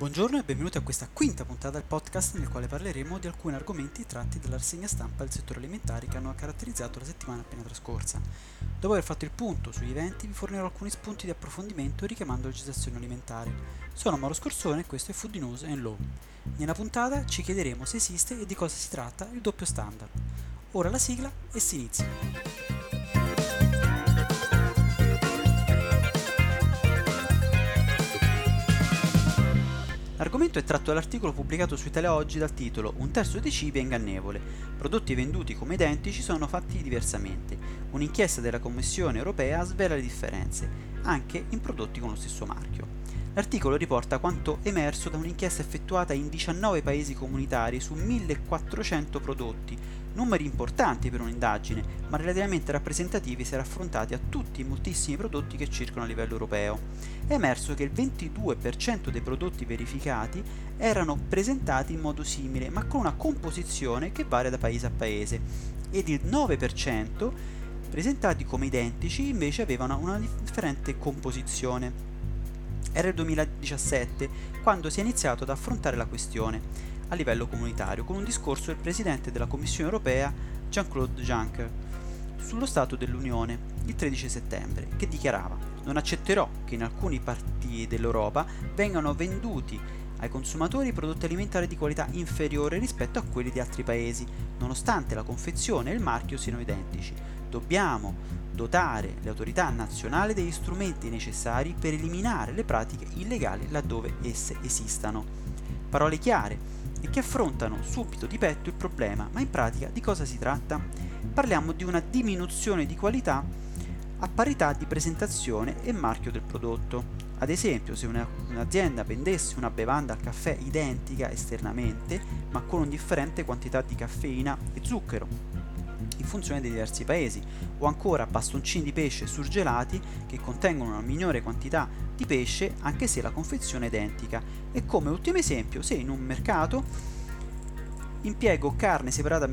Buongiorno e benvenuti a questa quinta puntata del podcast nel quale parleremo di alcuni argomenti tratti dalla rassegna stampa del settore alimentare che hanno caratterizzato la settimana appena trascorsa. Dopo aver fatto il punto sugli eventi vi fornirò alcuni spunti di approfondimento richiamando la legislazione alimentare. Sono Mauro Scorsone e questo è Food News and Law. Nella puntata ci chiederemo se esiste e di cosa si tratta il doppio standard. Ora la sigla e si inizia. L'argomento è tratto dall'articolo pubblicato su Italia Oggi dal titolo "Un terzo dei cibi è ingannevole. Prodotti venduti come identici sono fatti diversamente. Un'inchiesta della Commissione europea svela le differenze, anche in prodotti con lo stesso marchio". L'articolo riporta quanto emerso da un'inchiesta effettuata in 19 paesi comunitari su 1400 prodotti, numeri importanti per un'indagine, ma relativamente rappresentativi se raffrontati a tutti i moltissimi prodotti che circolano a livello europeo. È emerso che il 22% dei prodotti verificati erano presentati in modo simile, ma con una composizione che varia da paese a paese, ed il 9% presentati come identici invece avevano una differente composizione. Era il 2017 quando si è iniziato ad affrontare la questione a livello comunitario con un discorso del presidente della Commissione europea Jean-Claude Juncker sullo Stato dell'Unione il 13 settembre, che dichiarava: "Non accetterò che in alcuni parti dell'Europa vengano venduti ai consumatori prodotti alimentari di qualità inferiore rispetto a quelli di altri paesi, nonostante la confezione e il marchio siano identici. Dobbiamo dotare le autorità nazionali degli strumenti necessari per eliminare le pratiche illegali laddove esse esistano". Parole chiare e che affrontano subito di petto il problema, ma in pratica di cosa si tratta? Parliamo di una diminuzione di qualità a parità di presentazione e marchio del prodotto. Ad esempio, se un'azienda vendesse una bevanda al caffè identica esternamente, ma con una differente quantità di caffeina e zucchero, in funzione dei diversi paesi, o ancora bastoncini di pesce surgelati che contengono una minore quantità di pesce anche se la confezione è identica, e come ultimo esempio se in un mercato impiego carne separata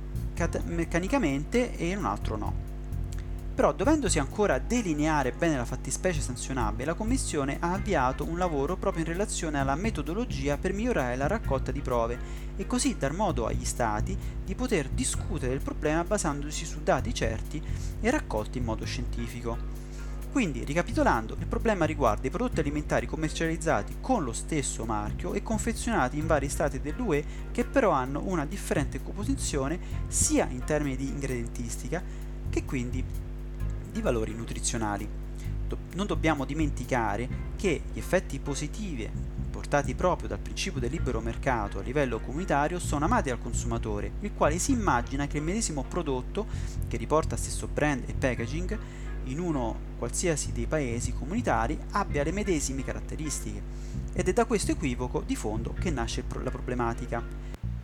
meccanicamente e in un altro no. Però, dovendosi ancora delineare bene la fattispecie sanzionabile, la Commissione ha avviato un lavoro proprio in relazione alla metodologia per migliorare la raccolta di prove e così dar modo agli Stati di poter discutere del problema basandosi su dati certi e raccolti in modo scientifico. Quindi, ricapitolando, il problema riguarda i prodotti alimentari commercializzati con lo stesso marchio e confezionati in vari stati dell'UE che però hanno una differente composizione sia in termini di ingredientistica che quindi di valori nutrizionali. Non dobbiamo dimenticare che gli effetti positivi portati proprio dal principio del libero mercato a livello comunitario sono amati dal consumatore, il quale si immagina che il medesimo prodotto, che riporta stesso brand e packaging, in uno qualsiasi dei paesi comunitari abbia le medesime caratteristiche, ed è da questo equivoco di fondo che nasce la problematica.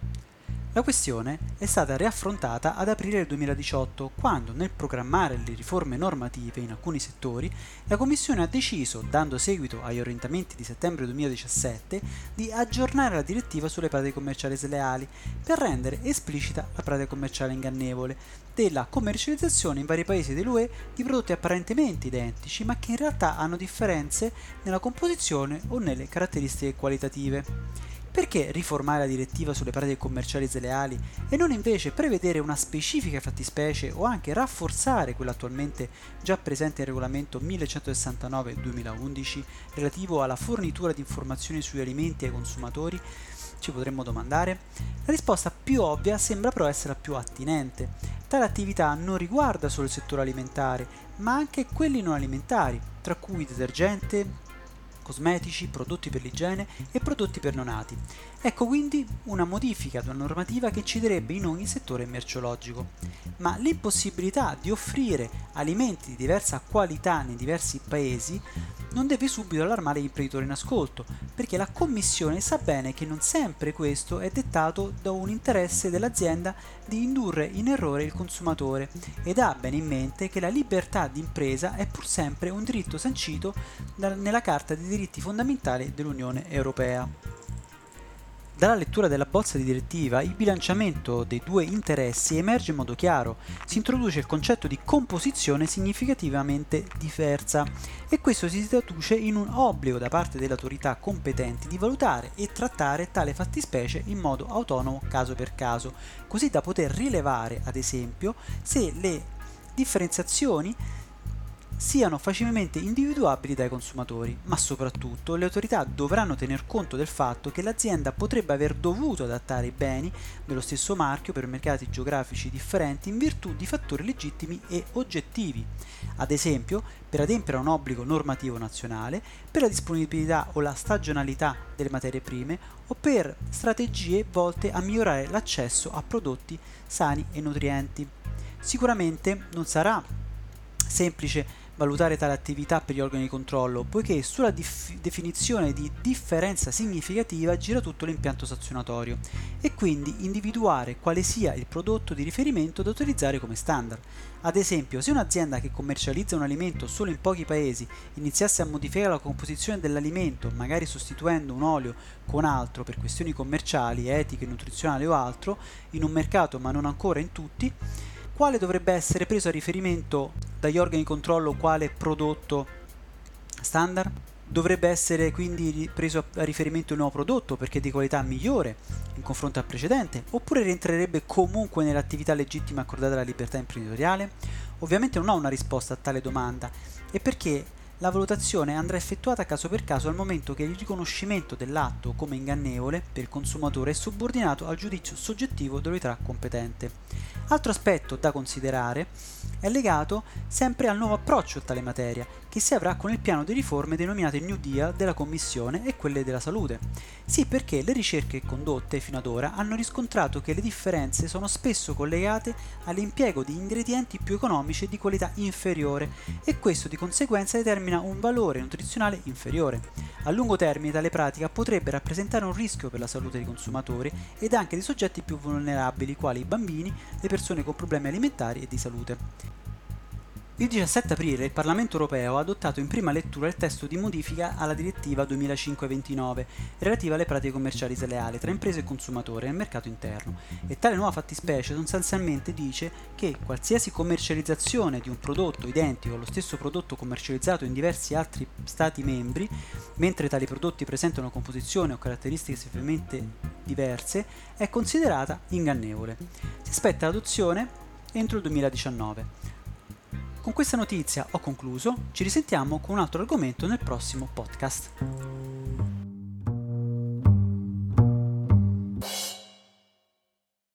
La questione è stata riaffrontata ad aprile del 2018, quando, nel programmare le riforme normative in alcuni settori, la Commissione ha deciso, dando seguito agli orientamenti di settembre 2017, di aggiornare la direttiva sulle pratiche commerciali sleali per rendere esplicita la pratica commerciale ingannevole della commercializzazione in vari paesi dell'UE di prodotti apparentemente identici, ma che in realtà hanno differenze nella composizione o nelle caratteristiche qualitative. Perché riformare la direttiva sulle pratiche commerciali sleali e non invece prevedere una specifica fattispecie o anche rafforzare quella attualmente già presente nel regolamento 1169/2011 relativo alla fornitura di informazioni sugli alimenti ai consumatori? Ci potremmo domandare. La risposta più ovvia sembra però essere la più attinente. Tale attività non riguarda solo il settore alimentare, ma anche quelli non alimentari, tra cui detergente, cosmetici, prodotti per l'igiene e prodotti per neonati. Ecco quindi una modifica ad una normativa che inciderebbe in ogni settore merceologico. Ma l'impossibilità di offrire alimenti di diversa qualità nei diversi paesi non deve subito allarmare gli imprenditori in ascolto, perché la Commissione sa bene che non sempre questo è dettato da un interesse dell'azienda di indurre in errore il consumatore, ed ha bene in mente che la libertà di impresa è pur sempre un diritto sancito nella Carta dei diritti fondamentali dell'Unione Europea. Dalla lettura della bozza di direttiva, il bilanciamento dei due interessi emerge in modo chiaro. Si introduce il concetto di composizione significativamente diversa e questo si traduce in un obbligo da parte delle autorità competenti di valutare e trattare tale fattispecie in modo autonomo caso per caso, così da poter rilevare, ad esempio, se le differenziazioni siano facilmente individuabili dai consumatori, ma soprattutto le autorità dovranno tener conto del fatto che l'azienda potrebbe aver dovuto adattare i beni dello stesso marchio per mercati geografici differenti in virtù di fattori legittimi e oggettivi, ad esempio per adempiere a un obbligo normativo nazionale, per la disponibilità o la stagionalità delle materie prime o per strategie volte a migliorare l'accesso a prodotti sani e nutrienti. Sicuramente non sarà semplice valutare tale attività per gli organi di controllo, poiché sulla definizione di differenza significativa gira tutto l'impianto sanzionatorio e quindi individuare quale sia il prodotto di riferimento da utilizzare come standard. Ad esempio, se un'azienda che commercializza un alimento solo in pochi paesi iniziasse a modificare la composizione dell'alimento, magari sostituendo un olio con altro per questioni commerciali, etiche, nutrizionali o altro, in un mercato ma non ancora in tutti, quale dovrebbe essere preso a riferimento dagli organi di controllo quale prodotto standard? Dovrebbe essere quindi preso a riferimento un nuovo prodotto perché è di qualità migliore in confronto al precedente, oppure rientrerebbe comunque nell'attività legittima accordata alla libertà imprenditoriale? Ovviamente non ho una risposta a tale domanda, e perché la valutazione andrà effettuata caso per caso al momento che il riconoscimento dell'atto come ingannevole per il consumatore è subordinato al giudizio soggettivo dell'autorità competente. Altro aspetto da considerare è legato sempre al nuovo approccio a tale materia che si avrà con il piano di riforme denominate New Deal della Commissione e quelle della salute. Sì, perché le ricerche condotte fino ad ora hanno riscontrato che le differenze sono spesso collegate all'impiego di ingredienti più economici e di qualità inferiore e questo di conseguenza determina un valore nutrizionale inferiore. A lungo termine tale pratica potrebbe rappresentare un rischio per la salute dei consumatori ed anche di soggetti più vulnerabili quali i bambini, le persone con problemi alimentari e di salute. Il 17 aprile il Parlamento europeo ha adottato in prima lettura il testo di modifica alla direttiva 2005/29 relativa alle pratiche commerciali sleali tra imprese e consumatori nel mercato interno e tale nuova fattispecie sostanzialmente dice che qualsiasi commercializzazione di un prodotto identico allo stesso prodotto commercializzato in diversi altri Stati membri, mentre tali prodotti presentano composizione o caratteristiche significativamente diverse, è considerata ingannevole. Si aspetta l'adozione entro il 2019. Con questa notizia ho concluso, ci risentiamo con un altro argomento nel prossimo podcast.